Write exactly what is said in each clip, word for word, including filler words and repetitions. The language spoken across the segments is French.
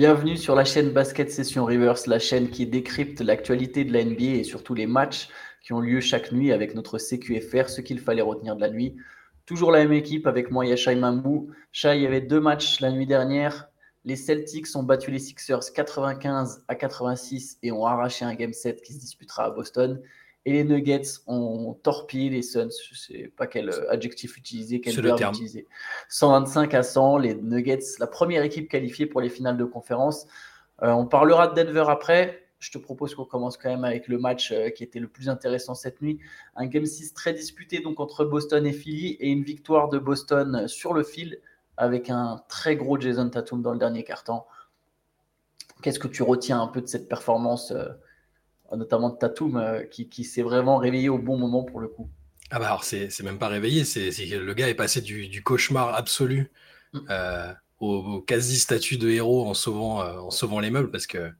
Bienvenue sur la chaîne Basket Session Reverse, la chaîne qui décrypte l'actualité de la N B A et surtout les matchs qui ont lieu chaque nuit avec notre C Q F R, ce qu'il fallait retenir de la nuit. Toujours la même équipe avec moi, il y a Shai Mamou. Shai, il y avait deux matchs la nuit dernière. Les Celtics ont battu les Sixers quatre-vingt-quinze à quatre-vingt-six et ont arraché un game set qui se disputera à Boston. Et les Nuggets ont torpillé les Suns, je ne sais pas quel adjectif utiliser, quel C'est le verbe terme. utiliser. cent vingt-cinq à cent, les Nuggets, la première équipe qualifiée pour les finales de conférence. Euh, on parlera de Denver après. Je te propose qu'on commence quand même avec le match euh, qui était le plus intéressant cette nuit. Un game six très disputé donc entre Boston et Philly et une victoire de Boston sur le fil avec un très gros Jason Tatum dans le dernier quart-temps. Qu'est-ce que tu retiens un peu de cette performance euh, notamment de Tatum, euh, qui, qui s'est vraiment réveillé au bon moment pour le coup. Ah bah alors c'est c'est même pas réveillé, c'est c'est que le gars est passé du, du cauchemar absolu euh, au, au quasi statut de héros en sauvant euh, en sauvant les meubles parce que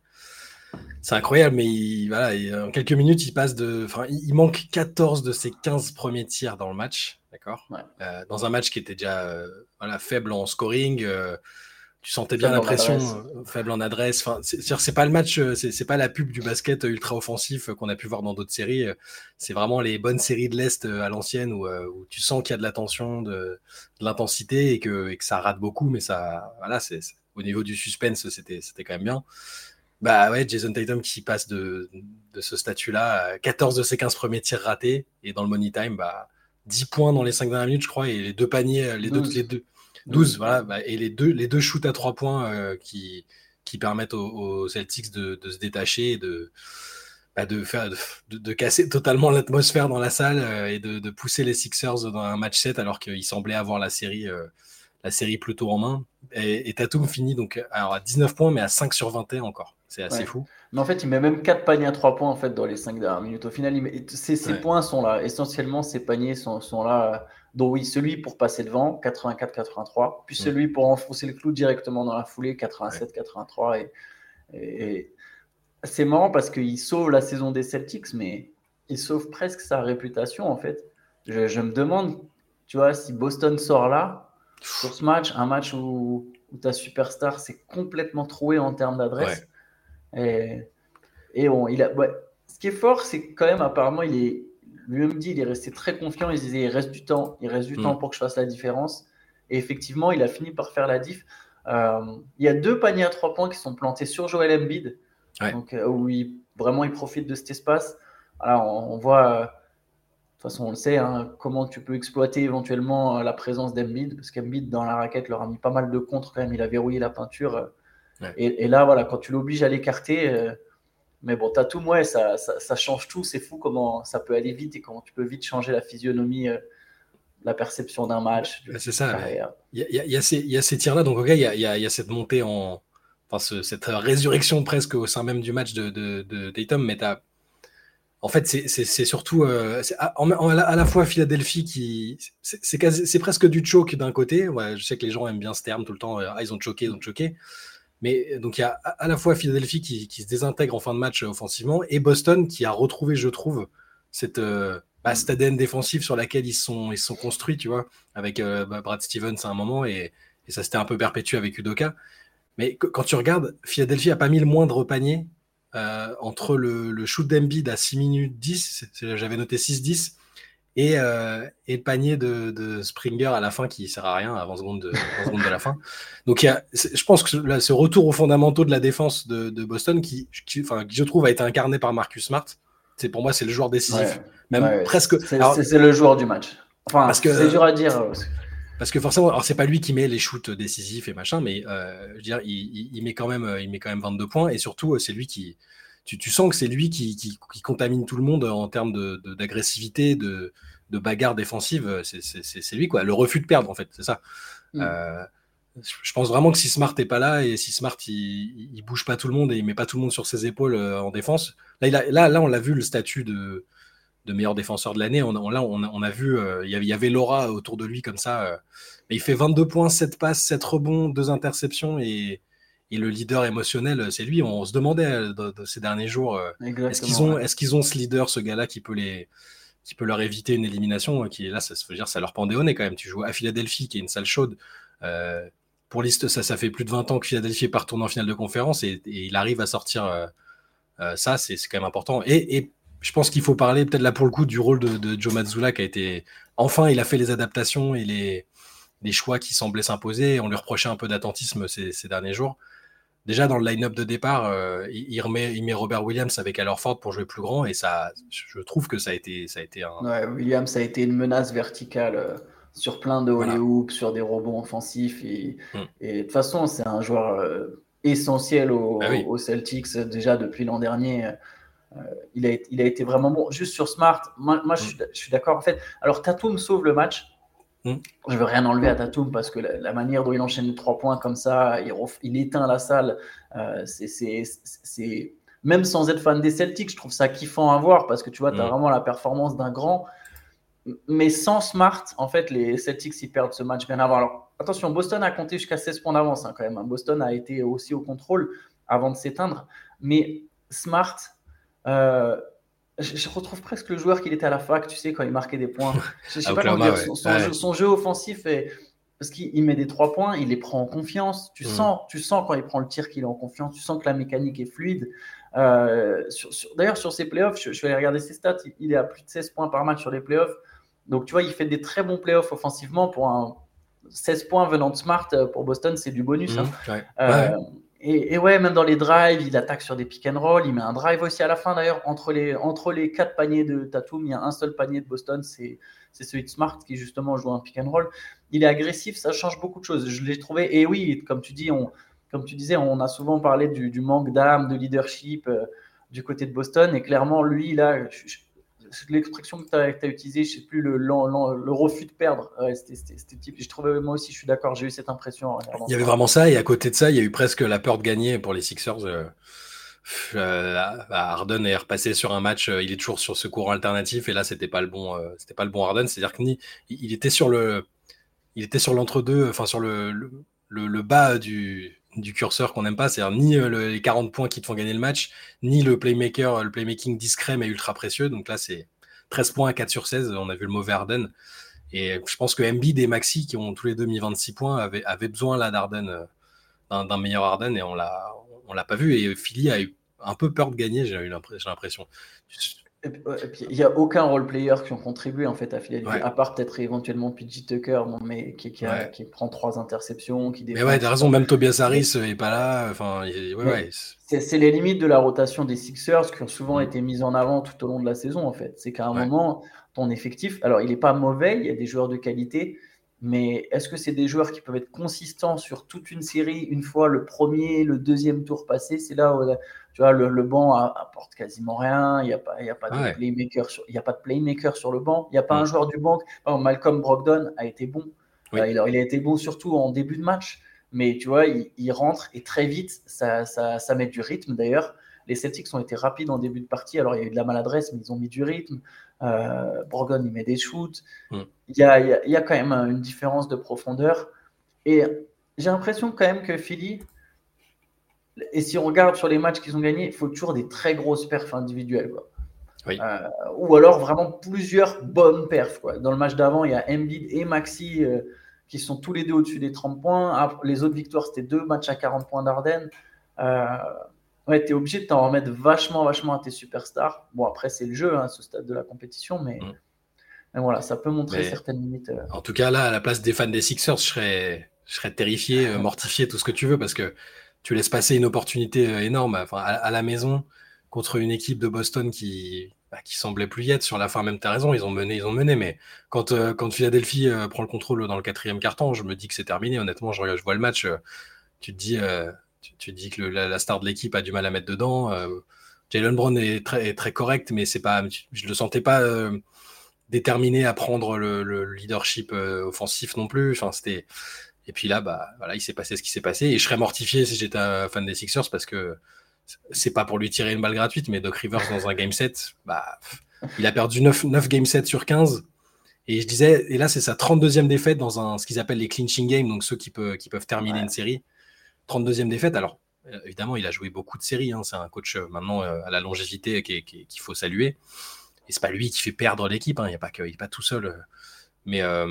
c'est incroyable, mais il, voilà, il- en quelques minutes il passe de, enfin il, il manque quatorze de ses quinze premiers tirs dans le match, d'accord, Ouais. Euh, dans un match qui était déjà euh, voilà faible en scoring. euh, Tu sentais bien Faible la en adresse. pression, euh, faible en adresse. Enfin, c'est, c'est c'est pas le match, euh, c'est, c'est pas la pub du basket ultra offensif euh, qu'on a pu voir dans d'autres séries. euh, C'est vraiment les bonnes séries de l'Est euh, à l'ancienne où, euh, où tu sens qu'il y a de la tension, de, de l'intensité et que, et que ça rate beaucoup, mais ça, voilà, c'est, c'est- au niveau du suspense, c'était, c'était quand même bien. Bah ouais, Jason Tatum qui passe de, de ce statut-là, à quatorze de ses quinze premiers tirs ratés et dans le money time, bah, dix points dans les cinq dernières minutes, je crois, et les deux paniers, les deux, les douze. deux, douze, douze voilà, bah, et les deux, les deux shoots à trois points euh, qui, qui permettent aux, aux Celtics de, de se détacher et de, bah, de, faire, de, de casser totalement l'atmosphère dans la salle euh, et de, de pousser les Sixers dans un match sept alors qu'ils semblaient avoir la série, euh, la série plutôt en main. Et, et Tatum finit donc alors, à dix-neuf points, mais à cinq sur vingt et un encore. C'est assez Ouais. fou. Mais en fait, il met même quatre paniers à trois points en fait, dans les cinq dernières minutes. Au final, il met... ces, ces Ouais. points sont là. Essentiellement, ces paniers sont, sont là. euh, dont oui, celui pour passer devant, quatre-vingt-quatre quatre-vingt-trois. Puis Mm. celui pour enfoncer le clou directement dans la foulée, Ouais. quatre-vingt-sept quatre-vingt-trois. Et, et, et c'est marrant parce qu'il sauve la saison des Celtics, mais il sauve presque sa réputation en fait. Je, je me demande, tu vois, si Boston sort là, sur ce match, un match où, où ta superstar s'est complètement troué en termes Ouais. d'adresse. Et, et on, il a, ouais. Ce qui est fort, c'est que quand même, apparemment, il est, lui-même dit, il est resté très confiant. Il se disait, il reste du temps, il reste du temps Mm. pour que je fasse la différence. Et effectivement, il a fini par faire la diff. Euh, il y a deux paniers à trois points qui sont plantés sur Joel Embiid, Ouais. donc euh, où il, vraiment il profite de cet espace. Alors, on, on voit, euh, de toute façon, on le sait, hein, comment tu peux exploiter éventuellement euh, la présence d'Embiid, parce qu'Embiid, dans la raquette, leur a mis pas mal de contres quand même. Il a verrouillé la peinture. euh, Ouais. et, et là, voilà, quand tu l'obliges à l'écarter, euh, mais bon, Tatum, ouais, ça, ça, ça change tout. C'est fou comment ça peut aller vite et comment tu peux vite changer la physionomie, euh, la perception d'un Bah, match, bah, c'est d'une ça. Mais carrière. il y a, il y a- il y a ces, il y a ces tirs-là. Donc, ok, il y a, il y a- il y a cette montée en. Enfin, ce- cette résurrection presque au sein même du match de, de, de Tatum. Mais t'as. En fait, c'est c'est- c'est surtout. euh, c'est à, en- en- à la fois Philadelphie qui. C'est c'est quasi- c'est presque du choke d'un côté. Ouais, je sais que les gens aiment bien ce terme tout le temps. euh, Ah, ils ont choqué, ils ont choqué. Mais donc, il y a à à la fois Philadelphie qui, qui se désintègre en fin de match euh, offensivement et Boston qui a retrouvé, je trouve, cette, euh, bah, cette Mm. A D N défensive sur laquelle ils se sont, ils se sont construits, tu vois, avec euh, bah, Brad Stevens à un moment et, et ça s'était un peu perpétué avec Udoka. Mais que- quand tu regardes, Philadelphie a pas mis le moindre panier euh, entre le, le shoot d'Embiid à six minutes dix, c'est- j'avais noté six dix, et, euh, et le panier de, de Springer à la fin qui sert à rien à vingt secondes de, vingt secondes de la fin. Donc il y a, je pense que là, ce retour aux fondamentaux de la défense de, de Boston qui, qui, enfin, qui, je trouve, a été incarné par Marcus Smart. C'est pour moi, c'est le joueur Ouais, décisif. Même ouais, presque. c'est Alors, c'est- c'est le joueur du match. Enfin, parce c'est dur que, à dire. euh, parce que forcément, alors c'est pas lui qui met les shoots décisifs et machin, mais euh, je veux dire, il, il, il met quand même, il met quand même vingt-deux points et surtout, c'est lui qui, tu, tu sens que c'est lui qui, qui, qui contamine tout le monde en termes de, de, d'agressivité, de, de bagarre défensive. C'est, c'est, c'est, c'est lui quoi, le refus de perdre en fait, c'est ça. Mm. Euh, je pense vraiment que si Smart est pas là et si Smart il, il bouge pas tout le monde et il met pas tout le monde sur ses épaules euh, en défense, là, il a, là, là, on l'a vu le statut de, de meilleur défenseur de l'année. On, on, là, on a, on a vu, euh, il y avait, il y avait Laura autour de lui comme ça. Euh, mais il fait vingt-deux points, sept passes, sept rebonds, deux interceptions et, et le leader émotionnel, c'est lui. On se demandait euh, de, de ces derniers jours, euh, est-ce qu'ils Exactement, ont, ouais. est-ce qu'ils ont ce leader, ce gars-là qui peut les, qui peut leur éviter une élimination, euh, qui est là, ça se veut dire, ça leur pendait au nez quand même. Tu joues à Philadelphie, qui est une salle chaude. Euh, pour l'histoire, ça, ça fait plus de vingt ans que Philadelphie est pas retourné en finale de conférence et, et il arrive à sortir euh, euh, ça, c'est, c'est quand même important. Et, et je pense qu'il faut parler peut-être là pour le coup du rôle de, de Joe Mazzulla qui a été, enfin, il a fait les adaptations et les, les choix qui semblaient s'imposer. On lui reprochait un peu d'attentisme ces, ces derniers jours. Déjà dans le line-up de départ, euh, il, il, remet, il met Robert Williams avec Al Horford pour jouer plus grand et ça, je trouve que ça a été, ça a été un. Ouais, Williams a été une menace verticale euh, sur plein de Voilà. hoops, sur des rebonds offensifs. Et, Mm. et de toute façon, c'est un joueur euh, essentiel au- Bah oui. aux Celtics déjà depuis l'an dernier. Euh, il, a, il a été vraiment bon. Juste sur Smart, moi, moi je, Mm. suis, je suis d'accord. En fait, alors Tatum sauve le match. Mm. Je veux rien enlever à Tatum parce que la, la manière dont il enchaîne les trois points comme ça, il, ref, il éteint la salle. Euh, c'est, c'est, c'est, même sans être fan des Celtics, je trouve ça kiffant à voir parce que tu vois, tu as Mm. vraiment la performance d'un grand. Mais sans Smart, en fait, les Celtics, ils perdent ce match bien avant. Alors, attention, Boston a compté jusqu'à seize points d'avance hein, quand même. Boston a été aussi au contrôle avant de s'éteindre. Mais Smart, euh, je, je retrouve presque le joueur qu'il était à la fac, tu sais, quand il marquait des points. Je ne sais À pas comment Oklahoma, dire, ouais. son, son, Ouais. jeu, son jeu offensif est. Parce qu'il met des trois points, il les prend en confiance. Tu, Mm. sens, tu sens quand il prend le tir qu'il est en confiance. Tu sens que la mécanique est fluide. Euh, sur, sur, d'ailleurs, sur ses playoffs, je, je vais aller regarder ses stats. Il, il est à plus de seize points par match sur les playoffs. Donc, tu vois, il fait des très bons playoffs offensivement pour un seize points venant de Smart pour Boston, c'est du bonus. Mmh, hein. ouais. Euh, Ouais. et, et, ouais, même dans les drives, il attaque sur des pick and roll. Il met un drive aussi à la fin d'ailleurs. Entre les, entre les quatre paniers de Tatum, il y a un seul panier de Boston, c'est, c'est celui de Smart qui justement joue un pick and roll. Il est agressif, ça change beaucoup de choses. Je l'ai trouvé. Et oui, comme tu dis, on, comme tu disais, on a souvent parlé du, du manque d'âme, de leadership euh, du côté de Boston. Et clairement, lui, là, je, je, l'expression que tu as utilisée, je ne sais plus, le, le, le, refus de perdre. Ouais, c'était, c'était, c'était type. Je trouvais, moi aussi, je suis d'accord, j'ai eu cette impression. Il y avait vraiment ça, et à côté de ça, il y a eu presque la peur de gagner pour les Sixers. Euh, euh, Harden est repassé sur un match, euh, il est toujours sur ce courant alternatif, et là, c'était pas le bon, euh, c'était pas le bon Harden. C'est-à-dire qu'il il était sur le, il était sur l'entre-deux, enfin sur le, le, le, le bas du, du curseur qu'on n'aime pas, c'est-à-dire ni euh, le, les quarante points qui te font gagner le match, ni le playmaker, le playmaking discret mais ultra précieux. Donc là, c'est treize points à quatre sur seize. On a vu le mauvais Harden. Et je pense que Embiid et Maxi, qui ont tous les deux mis vingt-six points, avaient, avaient besoin là d'Harden, d'un, d'un meilleur Harden, et on l'a, on l'a pas vu. Et Philly a eu un peu peur de gagner, j'ai eu j'ai l'impression. Et puis, il n'y a aucun role player qui ont contribué en fait à Philadelphie, Ouais. à part peut-être éventuellement P J Tucker, bon, mais qui, qui, a, Ouais. qui prend trois interceptions, qui défend. Mais ouais, t'as raison, même Tobias Harris mais, est pas là. Enfin, ouais, ouais. C'est, c'est les limites de la rotation des Sixers qui ont souvent Mm. été mises en avant tout au long de la saison en fait. C'est qu'à un Ouais. moment, ton effectif, alors il n'est pas mauvais, il y a des joueurs de qualité, mais est-ce que c'est des joueurs qui peuvent être consistants sur toute une série une fois le premier, le deuxième tour passé? C'est là où tu vois, le, le banc apporte quasiment rien. Il n'y a pas, il y a pas de Ouais. playmaker sur, il y a pas de playmaker sur le banc. Il n'y a pas Mm. un joueur du banc. Oh, Malcolm Brogdon a été bon. Oui. Euh, il, a, il a été bon surtout en début de match. Mais tu vois, il, il rentre et très vite, ça, ça, ça met du rythme d'ailleurs. Les Celtics ont été rapides en début de partie. Alors, il y a eu de la maladresse, mais ils ont mis du rythme. Euh, Brogdon, il met des shoots. Mm. Il, y a, il, y a, il y a quand même une différence de profondeur. Et j'ai l'impression quand même que Philly, et si on regarde sur les matchs qu'ils ont gagnés, il faut toujours des très grosses perfs individuelles. Quoi. Oui. Euh, ou alors vraiment plusieurs bonnes perfs. Quoi. Dans le match d'avant, il y a Embiid et Maxi euh, qui sont tous les deux au-dessus des trente points. Les autres victoires, c'était deux matchs à quarante points d'Arden. Euh, ouais, tu es obligé de t'en remettre vachement, vachement à tes superstars. Bon, après, c'est le jeu, hein, ce stade de la compétition, mais, mm. mais voilà, ça peut montrer mais, certaines limites. Euh... En tout cas, là, à la place des fans des Sixers, je serais, je serais terrifié, euh, mortifié, tout ce que tu veux, parce que tu laisses passer une opportunité euh, énorme. Enfin, à, à la maison, contre une équipe de Boston qui, bah, qui semblait plus y être. Sur la fin, même, tu as raison, ils ont mené, ils ont mené. Mais quand, euh, quand Philadelphie euh, prend le contrôle dans le quatrième quart-temps, je me dis que c'est terminé. Honnêtement, je, je vois le match, euh, tu te dis, euh, tu, tu te dis que le, la, la star de l'équipe a du mal à mettre dedans. Euh, Jaylen Brown est très, est très correct, mais c'est pas, je le sentais pas euh, déterminé à prendre le, le leadership euh, offensif non plus. Enfin, c'était. Et puis là, bah, voilà, il s'est passé ce qui s'est passé. Et je serais mortifié si j'étais un fan des Sixers parce que c'est pas pour lui tirer une balle gratuite, mais Doc Rivers dans un game set, bah, il a perdu neuf, neuf game sets sur quinze. Et je disais, et là, c'est sa trente-deuxième défaite dans un, ce qu'ils appellent les clinching games, donc ceux qui, peut, qui peuvent terminer ouais. une série. trente-deuxième défaite. Alors, évidemment, il a joué beaucoup de séries. Hein. C'est un coach euh, maintenant euh, à la longévité qui, qui, qu'il faut saluer. Et c'est pas lui qui fait perdre l'équipe. Hein. Il n'est pas, pas tout seul. Mais. Euh,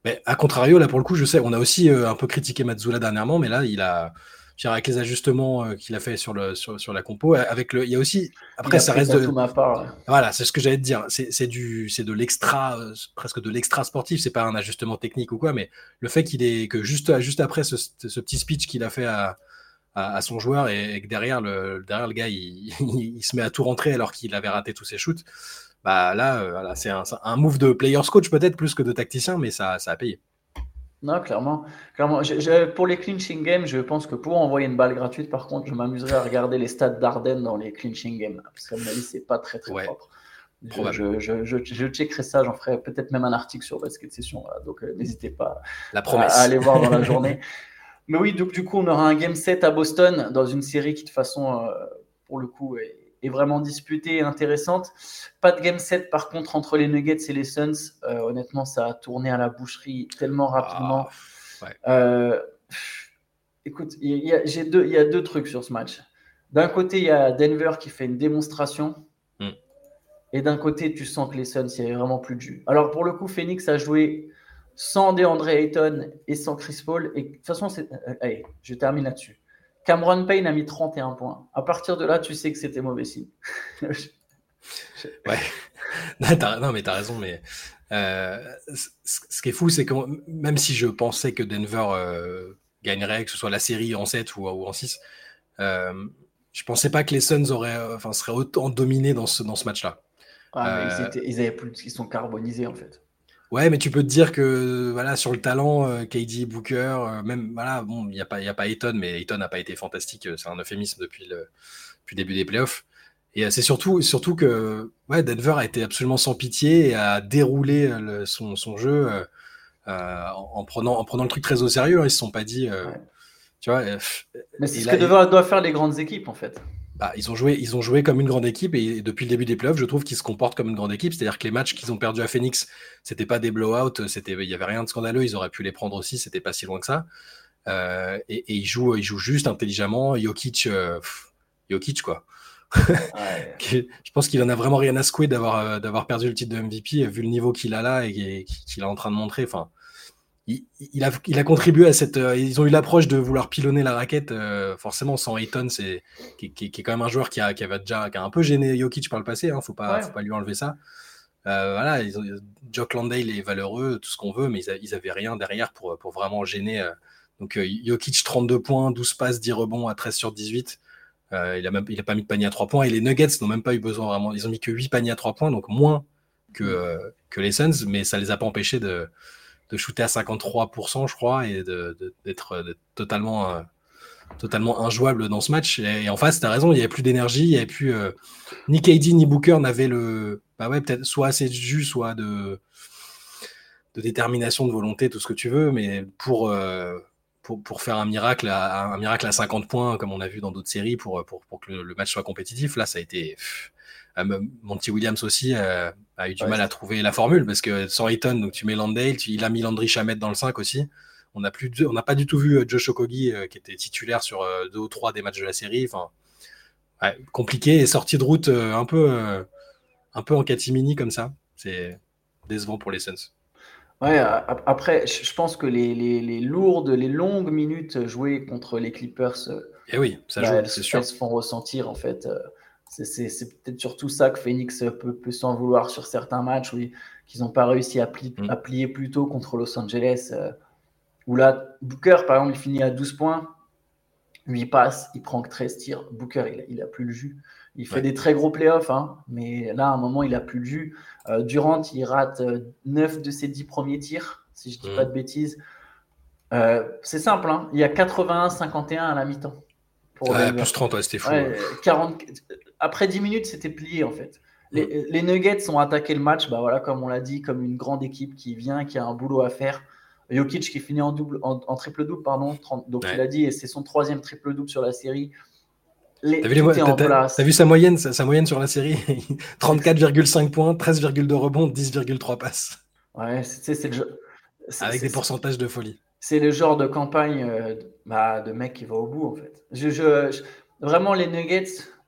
Mais à contrario, là, pour le coup, je sais, on a aussi euh, un peu critiqué Matsula dernièrement, mais là, il a, je veux dire, avec les ajustements euh, qu'il a fait sur, le, sur, sur la compo, euh, avec le, il y a aussi, Il après, a ça pris reste de, Tatum à part. voilà, c'est ce que j'allais te dire, c'est c'est du, c'est de l'extra, euh, presque de l'extra sportif, c'est pas un ajustement technique ou quoi, mais le fait qu'il est, que juste, juste après ce, ce petit speech qu'il a fait à, à, à son joueur et, et que derrière le, derrière le gars, il, il, il se met à tout rentrer alors qu'il avait raté tous ses shoots, bah là, euh, voilà, c'est un, un move de player's coach peut-être plus que de tacticien, mais ça, ça a payé. Non, clairement. Clairement. Je- je- pour les clinching games, je pense que pour envoyer une balle gratuite, par contre, je m'amuserais à regarder les stats d'Arden dans les clinching games. Parce qu'à mon avis, c'est pas très très Ouais, propre. Je, probable. je, je, je, je checkerai ça, j'en ferai peut-être même un article sur Basket Session. Voilà. Donc euh, n'hésitez pas La à, à promesse. aller voir dans la journée. Mais oui, donc du coup, on aura un game set à Boston dans une série qui, de toute façon, euh, pour le coup, est, est vraiment disputée et intéressante. Pas de game set, par contre, entre les Nuggets et les Suns. Euh, honnêtement, ça a tourné à la boucherie tellement Ah, rapidement. ouais. Euh, écoute, il y, a, j'ai deux, il y a deux trucs sur ce match. D'un côté, il y a Denver qui fait une démonstration. Mm. Et d'un côté, tu sens que les Suns, il n'y avait vraiment plus de jus. Alors, pour le coup, Phoenix a joué sans DeAndre Ayton et sans Chris Paul. Et de toute façon, c'est... Euh, allez, je termine là-dessus. Cameron Payne a mis trente et un points. À partir de là, tu sais que c'était mauvais signe. Ouais. Non, mais t'as raison, mais euh, ce qui est fou, c'est que même si je pensais que Denver euh, gagnerait, que ce soit la série en sept ou, ou en six, euh, je pensais pas que les Suns auraient, enfin, seraient autant dominés dans ce, dans ce match-là. Ah, mais ils, Euh, étaient, ils, avaient plus, ils sont carbonisés, en fait. ouais, mais tu peux te dire que voilà, sur le talent, euh, K D, Booker, euh, même voilà, bon, il n'y a pas, il y a pas Ayton, mais Ayton n'a pas été fantastique. C'est un euphémisme depuis le, depuis le début des playoffs. Et euh, c'est surtout, surtout que ouais, Denver a été absolument sans pitié et a déroulé euh, le- son, son jeu euh, euh, en, en prenant, en prenant le truc très au sérieux. Hein. Ils se sont pas dit, euh, Ouais. tu vois. euh, Mais c'est et ce que là, et- doivent, doivent faire les grandes équipes, en fait. bah, ils ont joué, ils ont joué comme une grande équipe et, et depuis le début des playoffs, je trouve qu'ils se comportent comme une grande équipe. C'est-à-dire que les matchs qu'ils ont perdus à Phoenix, c'était pas des blowouts, c'était, il y avait rien de scandaleux. Ils auraient pu les prendre aussi, c'était pas si loin que ça. Euh, et, et ils jouent, ils jouent juste intelligemment. Jokic, euh, pff, Jokic quoi. Ouais. Je pense qu'il en a vraiment rien à secouer d'avoir euh, d'avoir perdu le titre de M V P vu le niveau qu'il a là et qu'il est en train de montrer. Enfin, il, il, a, il a contribué à cette. Euh, ils ont eu l'approche de vouloir pilonner la raquette. Euh, forcément, sans Ayton, c'est qui, qui, qui, est quand même un joueur qui a, qui avait déjà qui a un peu gêné Jokic par le passé. Hein, faut pas, Ouais. faut pas lui enlever ça. Euh, voilà, ils ont, Jock Landale est valeureux, tout ce qu'on veut, mais ils, a, ils avaient rien derrière pour, pour vraiment gêner. Euh, donc euh, Jokic trente-deux points, douze passes, dix rebonds à treize sur dix-huit. Euh, il a même, il a pas mis de panier à trois points et les Nuggets n'ont même pas eu besoin vraiment. Ils ont mis que huit paniers à trois points, donc moins que, euh, que les Suns, mais ça les a pas empêchés de, de shooter à cinquante-trois pour cent, je crois, et de, de, d'être, d'être totalement, euh, totalement injouable dans ce match. Et, et en face, tu as raison, il n'y avait plus d'énergie, il n'y avait plus. Euh, ni K D ni Booker n'avaient le. Bah ouais, peut-être soit assez de jus, soit de, de détermination, de volonté, tout ce que tu veux, mais pour. Euh, pour, pour faire un miracle, à, un miracle à cinquante points, comme on a vu dans d'autres séries, pour, pour, pour que le, le match soit compétitif, là, ça a été. Pff, Monty Williams aussi euh, a eu du Ouais, mal à trouver la formule parce que sans Ayton, donc tu mets Landale, tu, il a mis Landry Shamet dans le cinq aussi. On n'a plus, on n'a pas du tout vu euh, Josh Okogie euh, qui était titulaire sur euh, deux ou trois des matchs de la série. Enfin, ouais, compliqué et sorti de route euh, un peu, euh, un peu en catimini comme ça. C'est décevant pour les Suns. Ouais, après, je pense que les, les, les lourdes, les longues minutes jouées contre les Clippers, euh, Et oui, ça bah, joue, elles, c'est elles sûr. se font ressentir en fait. Euh, C'est c'est- c'est peut-être surtout ça que Phoenix peut, peut s'en vouloir sur certains matchs où ils qu'ils n'ont pas réussi à, pli- Mm. à plier plus tôt contre Los Angeles. Euh, où là, Booker, par exemple, il finit à douze points, lui il passe, il prend que treize tirs. Booker, il, il a plus le jus. Il fait Ouais. des très gros playoffs, hein, mais là, à un moment, il a plus le jus. Euh, Durant, il rate euh, neuf de ses dix premiers tirs, si je dis pas Mm. de bêtises. Euh, c'est simple, hein. Il y a quatre-vingt-un cinquante et un à la mi-temps pour Ouais, Denver. plus trente, ouais, c'était fou. Ouais. Ouais, quarante... Après dix minutes, c'était plié en fait. Mm. Les, les Nuggets ont attaqué le match, bah voilà, comme on l'a dit, comme une grande équipe qui vient, qui a un boulot à faire. Jokic qui finit en, double, en, en triple-double, pardon. trente, donc tu Ouais. l'as dit, et c'est son troisième triple-double sur la série. Les, T'as vu, tout les, est t'as, en t'as, t'as vu place. sa moyenne, sa, sa moyenne sur la série trente-quatre virgule cinq points, treize virgule deux rebonds, dix virgule trois passes. Ouais, c'est, c'est, le, c'est, Avec des c'est, pourcentages de folie. c'est le genre de campagne euh, bah, de mec qui va au bout en fait. Je, je, je, vraiment, les Nuggets,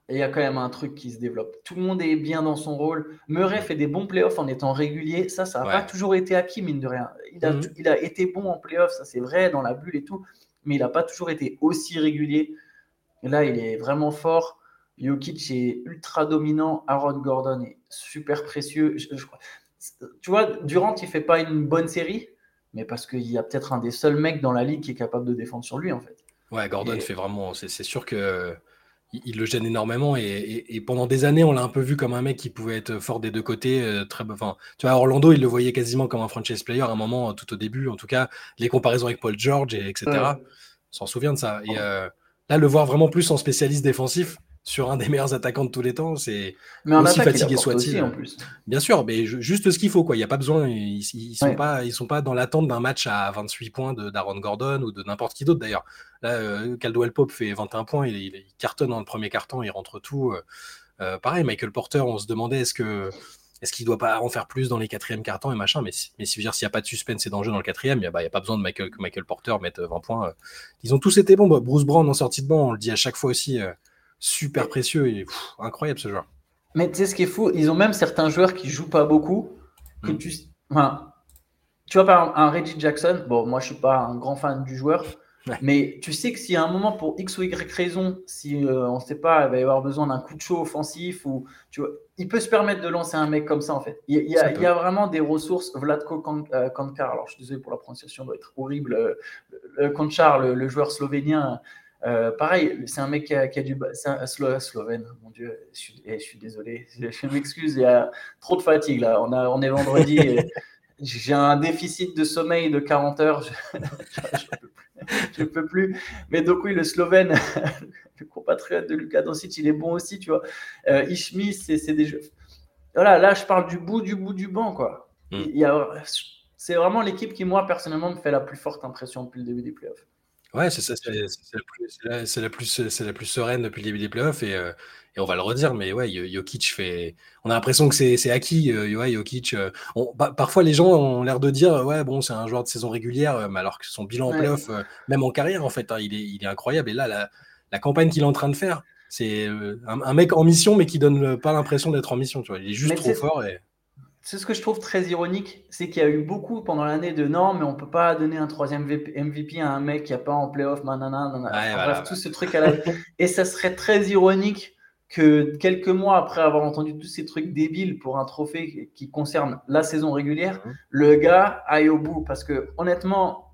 Et il y a quand même un truc qui se développe. Tout le monde est bien dans son rôle. Murray fait des bons playoffs en étant régulier. Ça, ça n'a Ouais. pas toujours été acquis, mine de rien. Il a, Mhm. il a été bon en playoffs, ça c'est vrai, dans la bulle et tout. Mais il n'a pas toujours été aussi régulier. Et là, il est vraiment fort. Jokic est ultra dominant. Aaron Gordon est super précieux. Je, je, tu vois, Durant, il ne fait pas une bonne série, mais parce qu'il y a peut-être un des seuls mecs dans la ligue qui est capable de défendre sur lui, en fait. Ouais, Gordon Et, fait vraiment. C'est, c'est sûr que il, il le gêne énormément et, et- et pendant des années, on l'a un peu vu comme un mec qui pouvait être fort des deux côtés. euh, très, enfin, tu vois, Orlando, il le voyait quasiment comme un franchise player à un moment, euh, tout au début. En tout cas, les comparaisons avec Paul George, et, etc. ouais. On s'en souvient de ça. Et euh, là, le voir vraiment plus en spécialiste défensif sur un des meilleurs attaquants de tous les temps, c'est Mais en aussi attaque, il fatigué apporte soit-il. aussi, en euh, plus. Bien sûr, mais ju- juste ce qu'il faut, quoi. Il n'y a pas besoin. Ils, ils sont Ouais. pas, ils sont pas dans l'attente d'un match à vingt-huit points de d'Aaron Gordon ou de n'importe qui d'autre d'ailleurs. Là, euh, Caldwell Pope fait vingt et un points, il, il- il cartonne dans le premier carton, il rentre tout. Euh, euh, pareil, Michael Porter, on se demandait est-ce que est-ce qu'il doit pas en faire plus dans les quatrièmes cartons et machin, mais, si- mais si, je veux dire, s'il n'y a pas de suspense et d'enjeu dans le quatrième, il n'y a, bah, il y a pas besoin de Michael, que Michael Porter mette euh, vingt points. euh. Ils ont tous été bons. Bah, Bruce Brown en sortie de banc, on le dit à chaque fois aussi, euh, super Mais, précieux et pff, incroyable ce joueur. mais tu sais ce qui est fou, ils ont même certains joueurs qui jouent pas beaucoup, que Mm. tu, enfin, tu vois, par exemple, un Reggie Jackson, bon, moi je suis pas un grand fan du joueur, Ouais, mais tu sais que s'il y a un moment pour X ou Y raison, si euh, on ne sait pas, il va y avoir besoin d'un coup de chaud offensif, ou tu vois, il peut se permettre de lancer un mec comme ça en fait. Il, il y, ça a, il y peut. a vraiment des ressources. Vlatko Kan- euh, Kankar, alors je suis désolé pour la prononciation, doit être horrible. euh, le- Kančar, le, le joueur slovénien, euh, pareil, c'est un mec qui a, qui a du. C'est un Slo- slovène, mon Dieu, je suis, eh, je suis désolé, je, je m'excuse, il y a trop de fatigue là. On, a, on est vendredi. Et, j'ai un déficit de sommeil de quarante heures, je, je, peux, plus, je peux plus. Mais donc oui, le Slovène, le compatriote de Luka Doncic, il est bon aussi, tu vois. Euh, Ishmi, c'est, c'est des jeux. Voilà, là, je parle du bout du bout du banc, quoi. Mm. Il y a, c'est vraiment l'équipe qui, moi, personnellement, me fait la plus forte impression depuis le début des playoffs. Ouais, c'est ça, c'est c'est la plus, c'est la, c'est la plus, c'est la plus sereine depuis le début des playoffs et, euh, et on va le redire, mais ouais, Yo- Jokic fait. On a l'impression que c'est c'est acquis. Euh, ouais, Jokic. euh, on- pa- parfois, les gens ont l'air de dire, euh, ouais, bon, c'est un joueur de saison régulière, euh, mais alors que son bilan en Ouais. playoff, euh, même en carrière, en fait, hein, il est, il est incroyable. Et là, la, la campagne qu'il est en train de faire, c'est euh, un, un mec en mission, mais qui donne euh, pas l'impression d'être en mission. Tu vois, il est juste Mais tu trop sais, fort et. c'est ce que je trouve très ironique, c'est qu'il y a eu beaucoup pendant l'année de non, mais on peut pas donner un troisième M V P à un mec qui a pas en playoff, nanana, nanana. Ouais, Enfin voilà. bref, Ouais. tout ce truc à la. Et ça serait très ironique que quelques mois après avoir entendu tous ces trucs débiles pour un trophée qui concerne la saison régulière, Mhm. le gars aille au bout. Parce que honnêtement,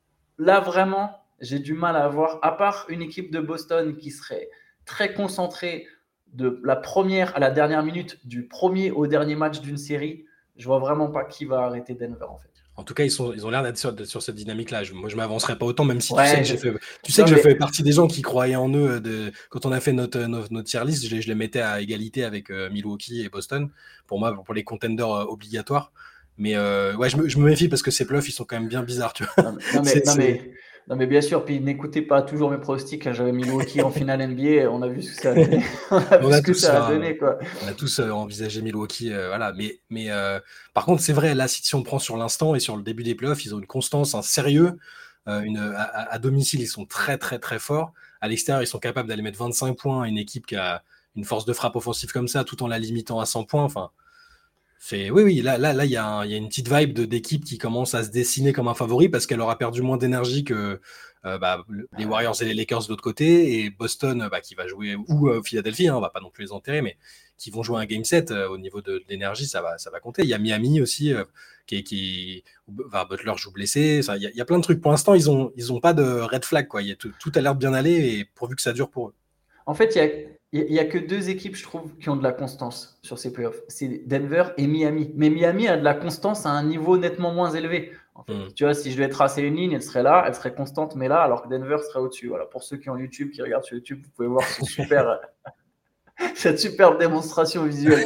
là vraiment, j'ai du mal à voir, à part une équipe de Boston qui serait très concentrée de la première à la dernière minute, du premier au dernier match d'une série, je vois vraiment pas qui va arrêter Denver en fait. En tout cas, ils, sont, ils ont l'air d'être sur, d'être sur cette dynamique-là. Je- moi, je m'avancerai pas autant, même si tu sais Ouais, que je... j'ai fait, tu sais non que je mais fais partie des gens qui croyaient en eux. euh, De, quand on a fait notre, notre, notre tier list, je les, je les mettais à égalité avec euh, Milwaukee et Boston. Pour moi, pour les contenders euh, obligatoires. Mais euh, ouais, je me, je me méfie parce que ces bluffs, ils sont quand même bien bizarres, tu vois. non, mais, non, mais, C'est, non, c'est- mais, non, mais bien sûr, puis n'écoutez pas toujours mes pronostics. Quand j'avais Milwaukee en finale N B A, on a vu ce que ça a donné. On a On vu a ce que tous, ça a enfin, donné, quoi. on a tous euh, envisagé Milwaukee, euh, voilà. Mais, mais euh, par contre, c'est vrai, là, si, si on prend sur l'instant et sur le début des playoffs, ils ont une constance, un sérieux. Euh, une, à, à, domicile, ils sont très, très, très forts. À l'extérieur, ils sont capables d'aller mettre vingt-cinq points à une équipe qui a une force de frappe offensive comme ça, tout en la limitant à cent points. Enfin, c'est oui, oui, là, là, là, il y, a un- il y a une petite vibe de, d'équipe qui commence à se dessiner comme un favori parce qu'elle aura perdu moins d'énergie que euh, bah, les Warriors et les Lakers de l'autre côté et Boston bah, qui va jouer ou euh, Philadelphie, hein, on va pas non plus les enterrer, mais qui vont jouer un game set euh, au niveau de, de l'énergie, ça va, ça va compter. Il y a Miami aussi euh, qui, est- qui bah, Butler joue blessé. Ça, il, y a, il y a plein de trucs. Pour l'instant, ils ont, ils ont pas de red flag quoi. Il y a tout, tout a l'air de bien aller et pourvu que ça dure pour eux. En fait, il n'y a, a, que deux équipes, je trouve, qui ont de la constance sur ces playoffs. C'est Denver et Miami. Mais Miami a de la constance à un niveau nettement moins élevé. En fait. Mm. Tu vois, si je devais tracer une ligne, elle serait là, elle serait constante, mais là, alors que Denver serait au-dessus. Voilà. Pour ceux qui ont YouTube, qui regardent sur YouTube, vous pouvez voir ce super, cette superbe démonstration visuelle.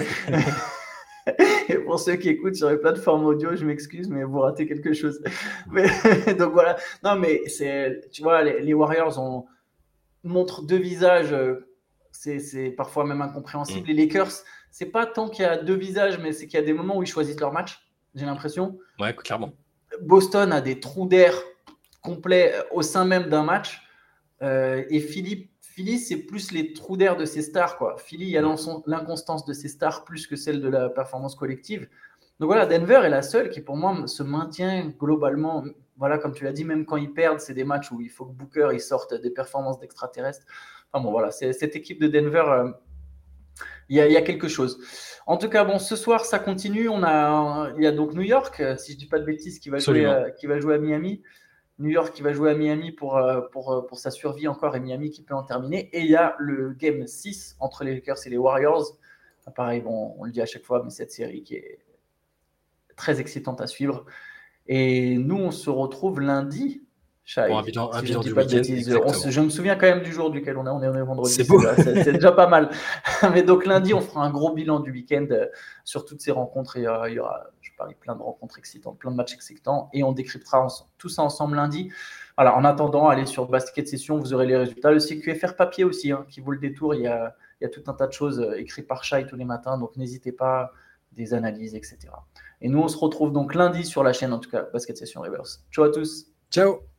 Et pour ceux qui écoutent sur les plateformes audio, je m'excuse, mais vous ratez quelque chose. Mais, donc voilà. Non, mais c'est, tu vois, les, les Warriors ont, montrent deux visages. C'est, c'est parfois même incompréhensible. Mm. Les Lakers, c'est pas tant qu'il y a deux visages, mais c'est qu'il y a des moments où ils choisissent leur match. J'ai l'impression. Ouais, clairement. Boston a des trous d'air complets au sein même d'un match. Euh, et Philippe, Philly, c'est plus les trous d'air de ses stars, quoi. Philly, il y a l'inconstance de ses stars plus que celle de la performance collective. Donc voilà, Denver est la seule qui, pour moi, se maintient globalement. Voilà, comme tu l'as dit, même quand ils perdent, c'est des matchs où il faut que Booker il sorte des performances d'extraterrestres. Enfin bon, voilà, c'est, cette équipe de Denver, euh, il y, a, il y a quelque chose. En tout cas, bon, ce soir, ça continue. On a, il y a donc New York, si je ne dis pas de bêtises, qui va, jouer, euh, qui va jouer à Miami. New York qui va jouer à Miami pour, pour, pour sa survie encore et Miami qui peut en terminer. Et il y a le Game six entre les Lakers et les Warriors. Pareil, bon, on le dit à chaque fois, mais cette série qui est très excitante à suivre. Et nous, on se retrouve lundi. Shai, bon, un bilan, si un bilan je, du week-end. on se, je me souviens quand même du jour duquel on est, on est vendredi. C'est beau. C'est, c'est déjà pas mal. Mais donc lundi, on fera un gros bilan du week-end euh, sur toutes ces rencontres. Et euh, il y aura, je parie, plein de rencontres excitantes, plein de matchs excitants. Et on décryptera ensemble, tout ça ensemble lundi. Voilà, en attendant, allez sur Basket Session, vous aurez les résultats. Le C Q F R papier aussi, hein, qui vaut le détour. Il y a, il y a tout un tas de choses euh, écrites par Shai tous les matins. Donc n'hésitez pas, des analyses, et cetera. Et nous, on se retrouve donc lundi sur la chaîne, en tout cas, Basket Session Reverse. Ciao à tous. Ciao.